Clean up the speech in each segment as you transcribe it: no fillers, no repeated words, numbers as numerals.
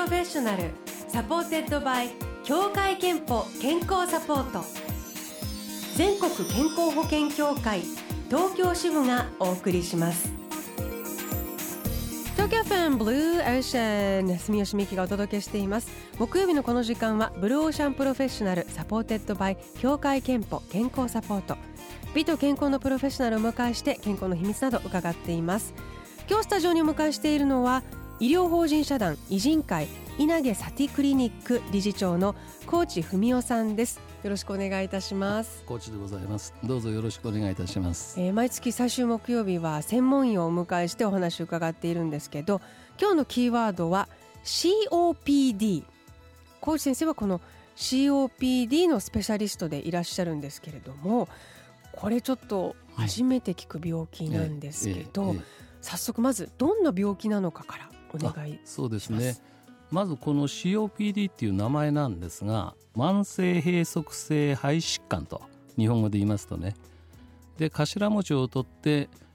ロフェッショナルサポーテッドバイ協会憲法健康サポート、全国健康保険協会東京支部がお送りします。東京フェンブルーオーシャン、住吉美希がお届けしています。木曜日のこの時間はブルーオーシャンプロフェッショナルサポーテッドバイ協会憲法健康サポート、美と健康のプロフェッショナルをお迎えして健康の秘密など伺っています。今日スタジオにお迎えしているのは医療法人社団医人会稲毛サティクリニック理事長の高知文夫さんです。よろしくお願いいたします。 高知でございます。どうぞよろしくお願いいたします。 毎月最終木曜日は専門医をお迎えしてお話を伺っているんですけど、今日のキーワードは COPD。 高知先生はこの COPD のスペシャリストでいらっしゃるんですけれども、これちょっと初めて聞く病気なんですけど、早速まずどんな病気なのかからお願いします。 そうですね、まずこの COPD っていう名前なんですが、慢性閉塞性肺疾患と日本語で言いますとね、で頭文字を取って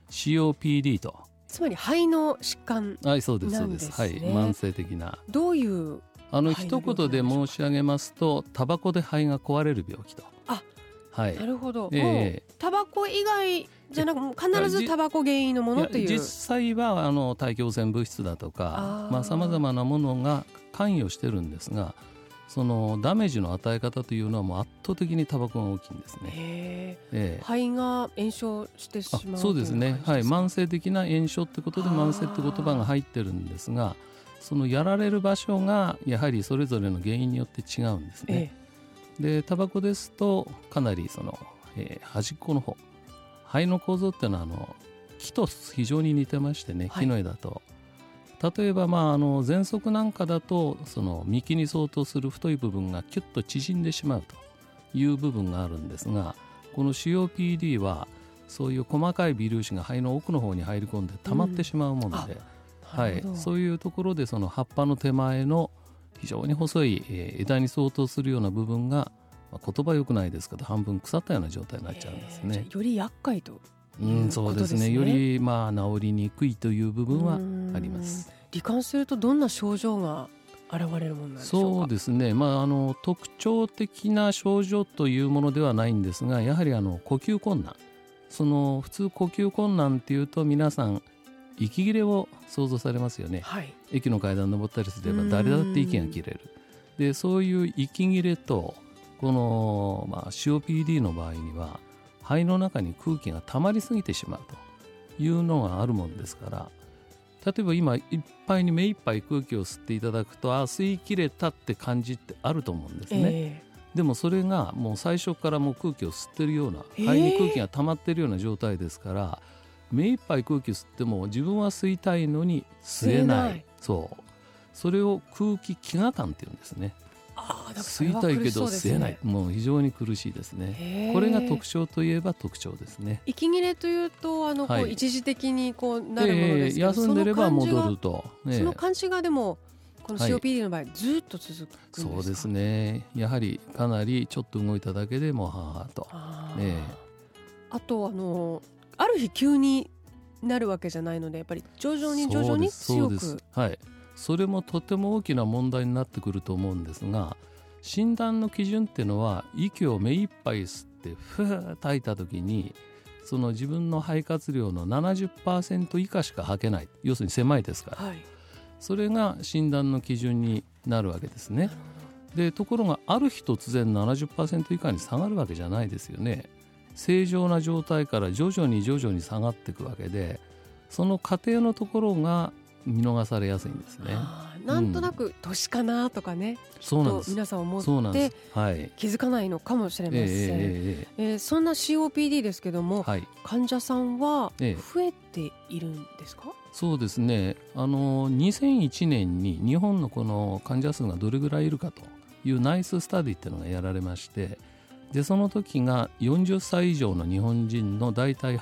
COPD と、 つまり肺の疾患なんですね。 はいそうですそうです、はい、慢性的な、 どういう一言で申し上げますと、タバコで肺が壊れる病気と。はい、 なるほど、もうタバコ以外じゃなく必ずタバコ原因のものという。 実際は大気汚染物質だとかさまざまなものが関与してるんですが、そのダメージの与え方というのはもう圧倒的にタバコが大きいんですね。 肺が炎症してしまう。 そうですね、はい、慢性的な炎症ってことで慢性って言葉が入ってるんですが、そのやられる場所がやはりそれぞれの原因によって違うんですね。でタバコですとかなり端っこの方、肺の構造っていうのは木と非常に似てましてね、木の枝と、例えば喘息なんかだとその幹に相当する太い部分がキュッと縮んでしまうという部分があるんですが、この COPD はそういう細かい微粒子が肺の奥の方に入り込んで溜まってしまうもので、そういうところでその葉っぱの手前の非常に細い枝に相当するような部分が、言葉良くないですけど半分腐ったような状態になっちゃうんですね。 より厄介ということですね。 そうですね、より治りにくいという部分はあります。 罹患するとどんな症状が現れるものなんでしょうか。 そうですね、特徴的な症状というものではないんですが、やはり呼吸困難、普通呼吸困難っていうと皆さん息切れを想像されますよね。駅の階段登ったりすれば誰だって息が切れる。でそういう息切れとこの、COPD の場合には肺の中に空気が溜まりすぎてしまうというのがあるもんですから、例えば今いっぱいに目いっぱい空気を吸っていただくと吸い切れたって感じってあると思うんですね。でもそれがもう最初からもう空気を吸ってるような、肺に空気が溜まってるような状態ですから、目いっぱい空気吸っても自分は吸いたいのに吸えない。それを空気飢餓感っていうんですね。吸いたいけど吸えない、もう非常に苦しいですね。これが特徴といえば特徴ですね。 息切れというと一時的になるものですけど、 休んでれば戻ると、 その感じがでもこの COPD の場合ずっと続くんですか。 そうですね、やはりかなりちょっと動いただけでもはーと。 あとある日急になるわけじゃないので、やっぱり徐々に強く。 それもとても大きな問題になってくると思うんですが、診断の基準っていうのは息を目いっぱい吸ってふーっと吐いた時に、その自分の肺活量の 70% 以下しか吐けない、要するに狭いですから、それが診断の基準になるわけですね。でところがある日突然 70% 以下に下がるわけじゃないですよね。正常な状態から徐々に下がっていくわけで、その過程のところが見逃されやすいんですね。 なんとなく年かなとかね、 そうなんです、 皆さん思って気づかないのかもしれません。そんな COPD ですけども、患者さんは増えているんですか。 そうですね、2001年に日本のこの患者数がどれぐらいいるかというナイススタディっていうのがやられまして、でその時が40歳以上の日本人のだいたい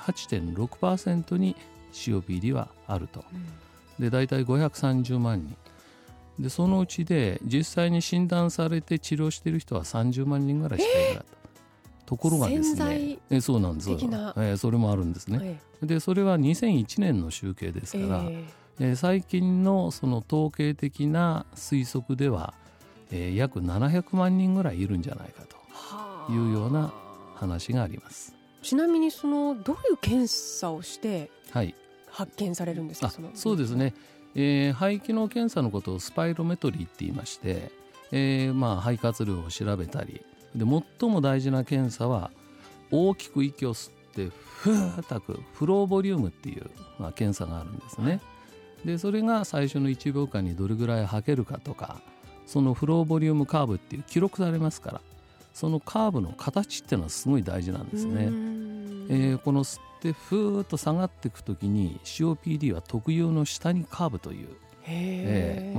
8.6% に COPD はあると。でだいたい530万人で、そのうちで実際に診断されて治療している人は30万人ぐらいしかいなかった。ところがですね、そうなんです、それもあるんですね。でそれは2001年の集計ですから、 最近のその統計的な推測では、約700万人ぐらいいるんじゃないかというような話があります。 ちなみにどういう検査をしてはい発見されるんですか？ そうですね、肺機能検査のことをスパイロメトリーって言いまして、肺活量を調べたりで、最も大事な検査は大きく息を吸ってふーっと吐くフローボリュームっていう、検査があるんですね。でそれが最初の1秒間にどれぐらい吐けるかとか、そのフローボリュームカーブっていう記録されますから、そのカーブの形っていうのはすごい大事なんですね。この吸ってふーっと下がっていくときに COPD は特有の下にカーブという、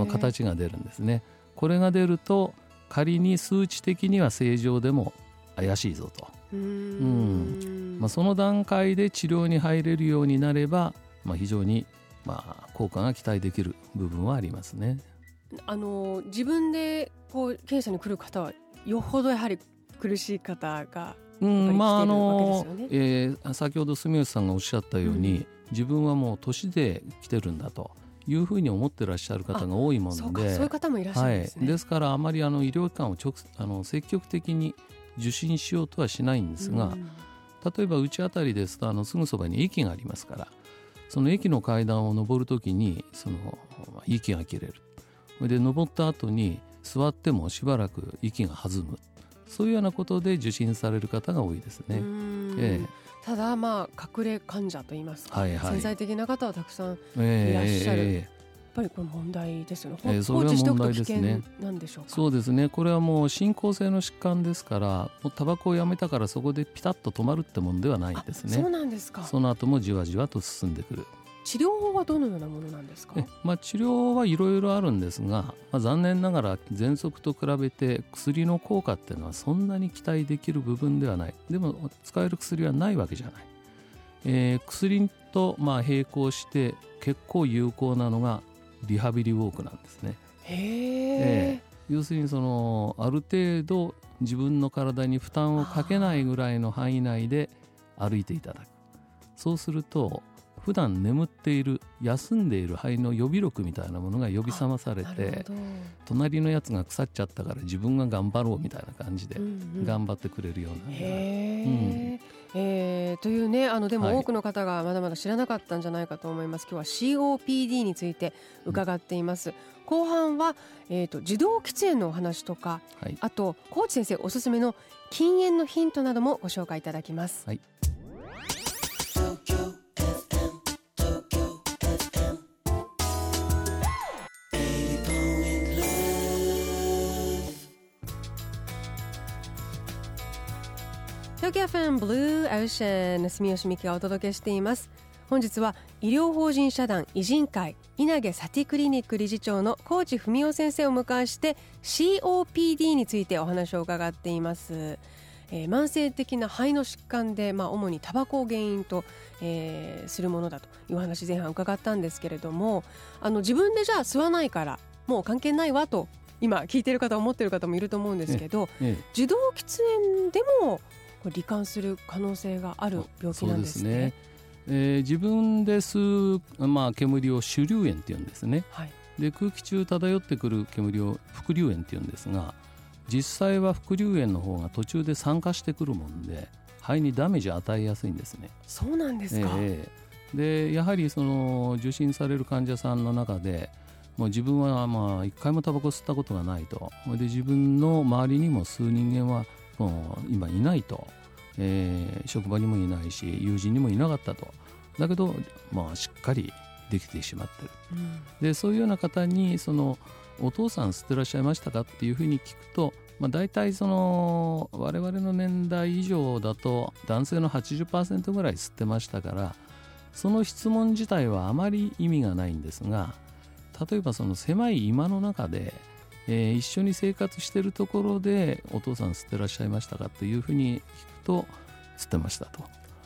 形が出るんですね。これが出ると仮に数値的には正常でも怪しいぞと、その段階で治療に入れるようになれば、非常に効果が期待できる部分はありますね。 自分で検査に来る方はよほどやはり苦しい方が先ほど住吉さんがおっしゃったように、自分はもう年で来てるんだというふうに思ってらっしゃる方が多いもので、 そういう方もいらっしゃるんですね。 ですからあまり医療機関を積極的に受診しようとはしないんですが、例えばうちあたりですとすぐそばに駅がありますから、その駅の階段を上るときに息が切れる。で登った後に座ってもしばらく息が弾む、そういうようなことで受診される方が多いですね。 ただ隠れ患者といいますか、潜在的な方はたくさんいらっしゃる、やっぱりこれ問題ですよね。放置しておくと危険なんでしょうか？ そうですね、これはもう進行性の疾患ですから、もうタバコをやめたからそこでピタッと止まるってもんではないんですね。 そうなんですか。 その後もじわじわと進んでくる。 治療法はどのようなものなんですか？ 治療はいろいろあるんですが、残念ながら喘息と比べて薬の効果っていうのはそんなに期待できる部分ではない。でも使える薬はないわけじゃない。薬と並行して結構有効なのがリハビリウォークなんですね。要するにある程度自分の体に負担をかけないぐらいの範囲内で歩いていただく。そうすると普段眠っている休んでいる肺の予備力みたいなものが呼び覚まされて、隣のやつが腐っちゃったから自分が頑張ろうみたいな感じで頑張ってくれるような、 というね、でも多くの方がまだまだ知らなかったんじゃないかと思います。今日は COPD について伺っています。後半は、自動喫煙のお話とか、あと高知先生おすすめの禁煙のヒントなどもご紹介いただきます。東京 FM ブルーオーシャン、住吉美希がお届けしています。本日は医療法人社団医人会稲毛サティクリニック理事長の高知文夫先生を迎えして COPD についてお話を伺っています。慢性的な肺の疾患で、主にタバコを原因と、するものだという話前半伺ったんですけれども、自分でじゃあ吸わないからもう関係ないわと今聞いている方思っている方もいると思うんですけど、受動喫煙でも罹患する可能性がある病気なんですね。 そうですね。自分で吸う、煙を主流煙っていうんですね。で空気中漂ってくる煙を副流煙っていうんですが、実際は副流煙の方が途中で酸化してくるもんで肺にダメージを与えやすいんですね。 そうなんですか。 でやはり受診される患者さんの中でもう自分は一回もタバコ吸ったことがないと、で自分の周りにも吸う人間はもう今いないと、職場にもいないし友人にもいなかったと。だけど、しっかりできてしまってる、でそういうような方にお父さん吸ってらっしゃいましたかっていうふうに聞くと、大体我々の年代以上だと男性の 80% ぐらい吸ってましたから、その質問自体はあまり意味がないんですが、例えば狭い居間の中で一緒に生活しているところでお父さん吸ってらっしゃいましたかというふうに聞くと吸ってましたと。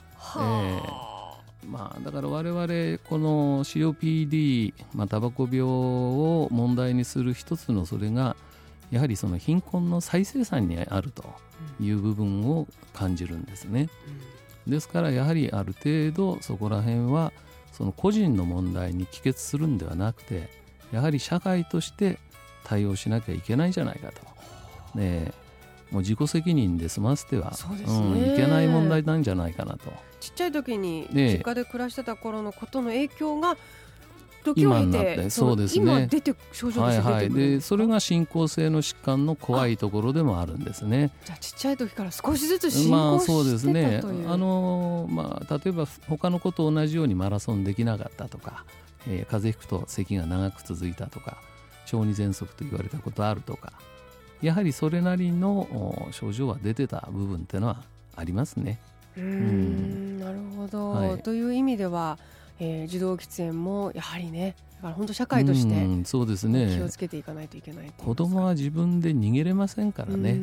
だから我々この COPD、タバコ病を問題にする一つのそれがやはり貧困の再生産にあるという部分を感じるんですね。ですからやはりある程度そこら辺はその個人の問題に帰結するんではなくて、やはり社会として対応しなきゃいけないんじゃないかと、ね、もう自己責任で済ませては、 そうですね、 いけない問題なんじゃないかなと。 ちっちゃい時に実家で暮らしてた頃のことの影響が時を経てそうですね、 今出て症状として出てくる、 でそれが進行性の疾患の怖いところでもあるんですね。 じゃあちっちゃい時から少しずつ進行してたという、 そうですね、例えば他の子と同じようにマラソンできなかったとか、風邪ひくと咳が長く続いたとか、小児喘息と言われたことあるとか、やはりそれなりの症状は出てた部分っていうのはありますね。 なるほど、という意味では、受動喫煙もやはりね、だから本当社会としてそうですね、 気をつけていかないといけないと。 子供は自分で逃げれませんからね。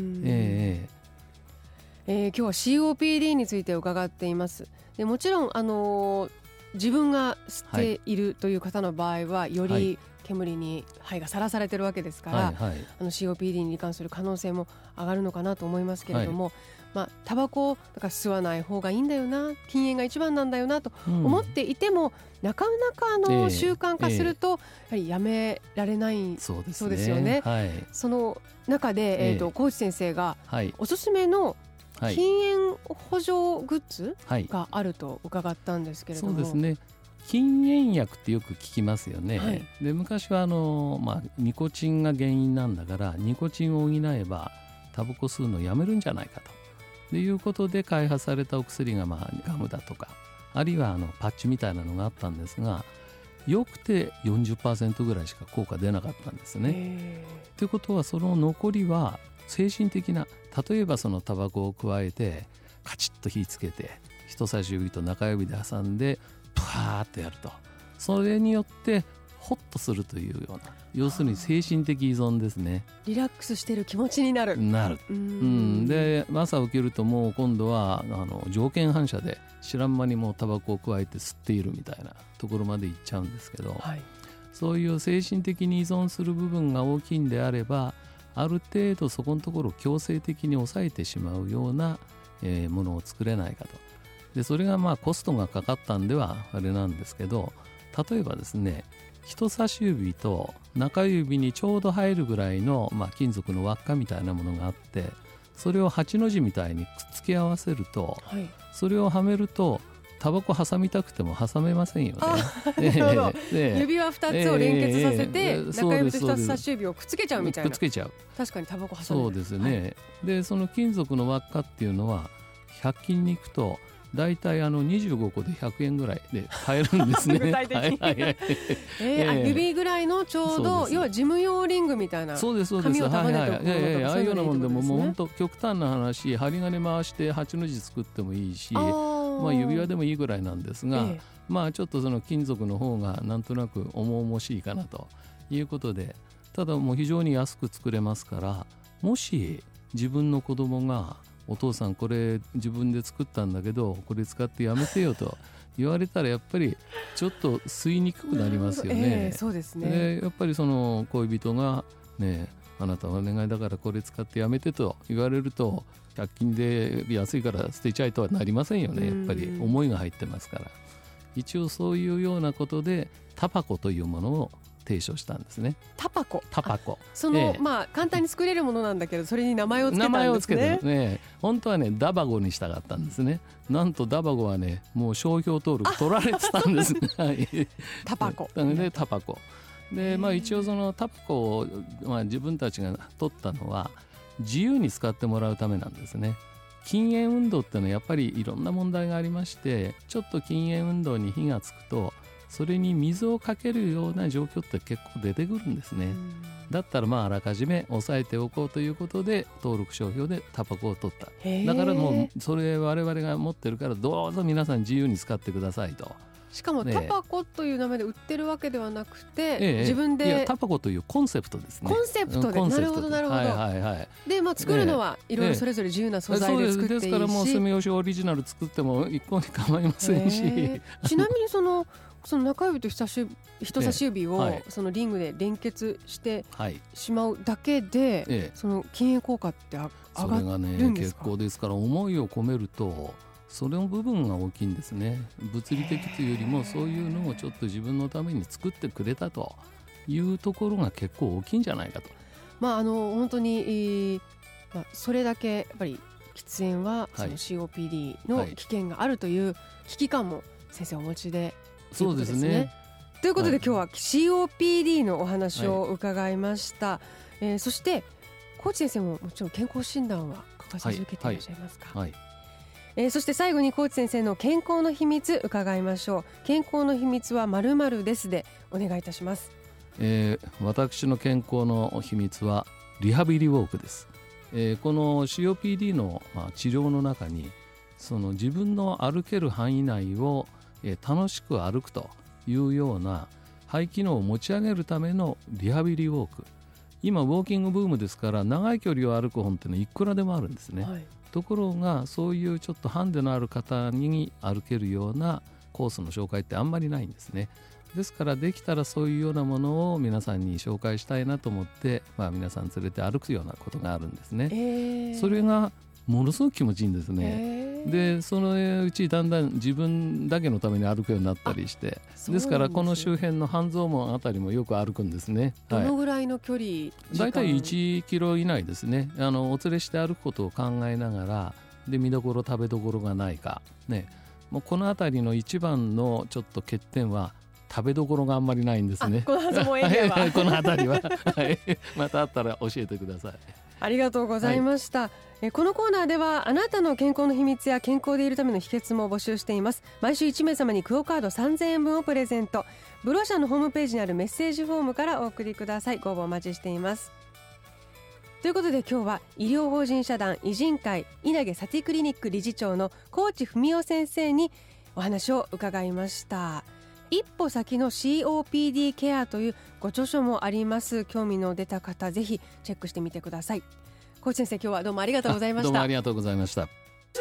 今日は COPD について伺っています。でもちろん自分が吸っているという方の場合は、より煙に肺がさらされてるわけですから、COPD に罹患する可能性も上がるのかなと思いますけれども、タバコだから吸わない方がいいんだよな、禁煙が一番なんだよなと思っていても、なかなか習慣化するとやはりやめられないそうですよね。その中で、小内先生がおすすめの禁煙補助グッズがあると伺ったんですけれども。 そうですね、禁煙薬ってよく聞きますよね。で昔はニコチンが原因なんだから、ニコチンを補えばタバコ吸うのをやめるんじゃないかということで開発されたお薬がガムだとか、あるいはパッチみたいなのがあったんですが、よくて 40% ぐらいしか効果出なかったんですね。ということは、その残りは精神的な、例えばそのタバコを加えてカチッと火つけて人差し指と中指で挟んでプワーッとやると、それによってホッとするというような、要するに精神的依存ですね。 リラックスしてる気持ちになる。 で朝起きるともう今度は条件反射で知らん間にもうタバコを加えて吸っているみたいなところまで行っちゃうんですけど、そういう精神的に依存する部分が大きいんであれば、ある程度そこのところを強制的に抑えてしまうような、ものを作れないかと。でそれがコストがかかったんではあれなんですけど、例えばですね、人差し指と中指にちょうど入るぐらいの、金属の輪っかみたいなものがあって、それを8の字みたいにくっつけ合わせると、それをはめるとタバコ挟みたくても挟めませんよね。 指輪2つを連結させて、中指と人差し指をくっつけちゃうみたいな。 くっつけちゃう。 確かにタバコ挟む。 そうですね。でその金属の輪っかっていうのは100均に行くとだいたい25個で100円ぐらいで買えるんですね。 具体的に指ぐらいのちょうど、要は事務用リングみたいな、 そうですそうです、 紙を束ねておくものとか、 ああいうようなもんでももう本当極端な話、針金回して8の字作ってもいいし、指輪でもいいぐらいなんですが、ちょっとその金属の方がなんとなく重々しいかなということで、ただもう非常に安く作れますから、もし自分の子供がお父さんこれ自分で作ったんだけどこれ使ってやめてよと言われたら、やっぱりちょっと吸いにくくなりますよね。 そうですね。 でやっぱりその恋人がね、あなたお願いだからこれ使ってやめてと言われると、100均で安いから捨てちゃいとはなりませんよね。やっぱり思いが入ってますから。一応そういうようなことでタバコというものを提唱したんですね。タバコその、簡単に作れるものなんだけど、それに名前をつけたんですね。 名前をつけてね、本当はねダバゴにしたかったんですね。なんとダバゴはねもう商標登録取られてたんですタバコでタバコで、一応そのタバコを、自分たちが取ったのは自由に使ってもらうためなんですね。禁煙運動ってのはやっぱりいろんな問題がありまして、ちょっと禁煙運動に火がつくとそれに水をかけるような状況って結構出てくるんですね。だったらあらかじめ抑えておこうということで登録商標でタバコを取った。だからもうそれ我々が持ってるからどうぞ皆さん自由に使ってくださいと。 しかもタバコという名前で売ってるわけではなくて、自分で、 いやタバコというコンセプトですね。 コンセプトで、なるほどなるほど。で作るのはいろいろそれぞれ自由な素材で作っていいし、 ですからもう住吉オリジナル作っても一向に構いませんし、 ちなみにその中指と人差し指をそのリングで連結してしまうだけで、その禁煙効果って上がるんですか？ それがね結構ですから、思いを込めるとそれの部分が大きいんですね。物理的というよりもそういうのをちょっと自分のために作ってくれたというところが結構大きいんじゃないかと。 本当に、それだけやっぱり喫煙はその COPD の危険があるという危機感も先生お持ちで、 そうですね。 ということで、今日は COPD のお話を伺いました。そして高知先生ももちろん健康診断は欠かさず受けていらっしゃいますか？そして最後に高知先生の健康の秘密伺いましょう。健康の秘密は〇〇ですでお願いいたします。 私の健康の秘密はリハビリウォークです。この COPD の、治療の中にその自分の歩ける範囲内を、楽しく歩くというような肺機能を持ち上げるためのリハビリウォーク、今ウォーキングブームですから長い距離を歩く本っていうのはいくらでもあるんですね、ところがそういうちょっとハンデのある方に歩けるようなコースの紹介ってあんまりないんですね。ですからできたらそういうようなものを皆さんに紹介したいなと思って、皆さん連れて歩くようなことがあるんですね、それがものすごく気持ちいいんですね、でそのうちだんだん自分だけのために歩くようになったりして、ですからこの周辺の半蔵門あたりもよく歩くんですね。 どのぐらいの距離、 だいたい1キロ以内ですね。お連れして歩くことを考えながら、で見どころ食べどころがないか、もうこのあたりの一番のちょっと欠点は食べどころがあんまりないんですね。 この半蔵門エリアはこの辺りはまたあったら教えてください。 ありがとうございました、このコーナーではあなたの健康の秘密や健康でいるための秘訣も募集しています。毎週1名様にクオカード3000円分をプレゼント。ブローシャのホームページにあるメッセージフォームからお送りください。ご応募お待ちしています。ということで今日は医療法人社団医人会稲毛サティクリニック理事長の高知文夫先生にお話を伺いました。一歩先の COPD ケアというご著書もあります。興味の出た方ぜひチェックしてみてください。高知先生、今日はどうもありがとうございました。 どうもありがとうございました。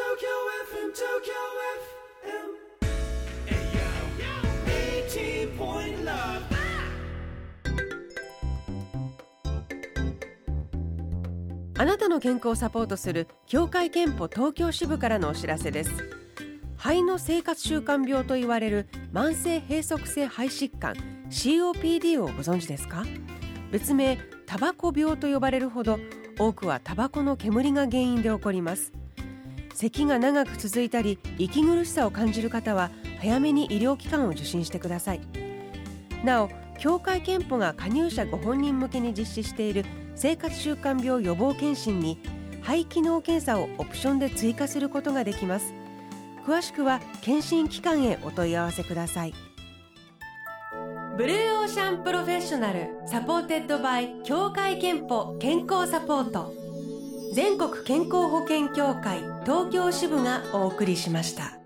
あなたの健康をサポートする協会憲法東京支部からのお知らせです。肺の生活習慣病と言われる慢性閉塞性肺疾患 COPD をご存知ですか？別名タバコ病と呼ばれるほど多くはタバコの煙が原因で起こります。咳が長く続いたり息苦しさを感じる方は早めに医療機関を受診してください。なお、協会憲法が加入者ご本人向けに実施している生活習慣病予防検診に肺機能検査をオプションで追加することができます。詳しくは検診機関へお問い合わせください。ブルーオーシャンプロフェッショナルサポーテッドバイ協会憲法健康サポート、全国健康保険協会東京支部がお送りしました。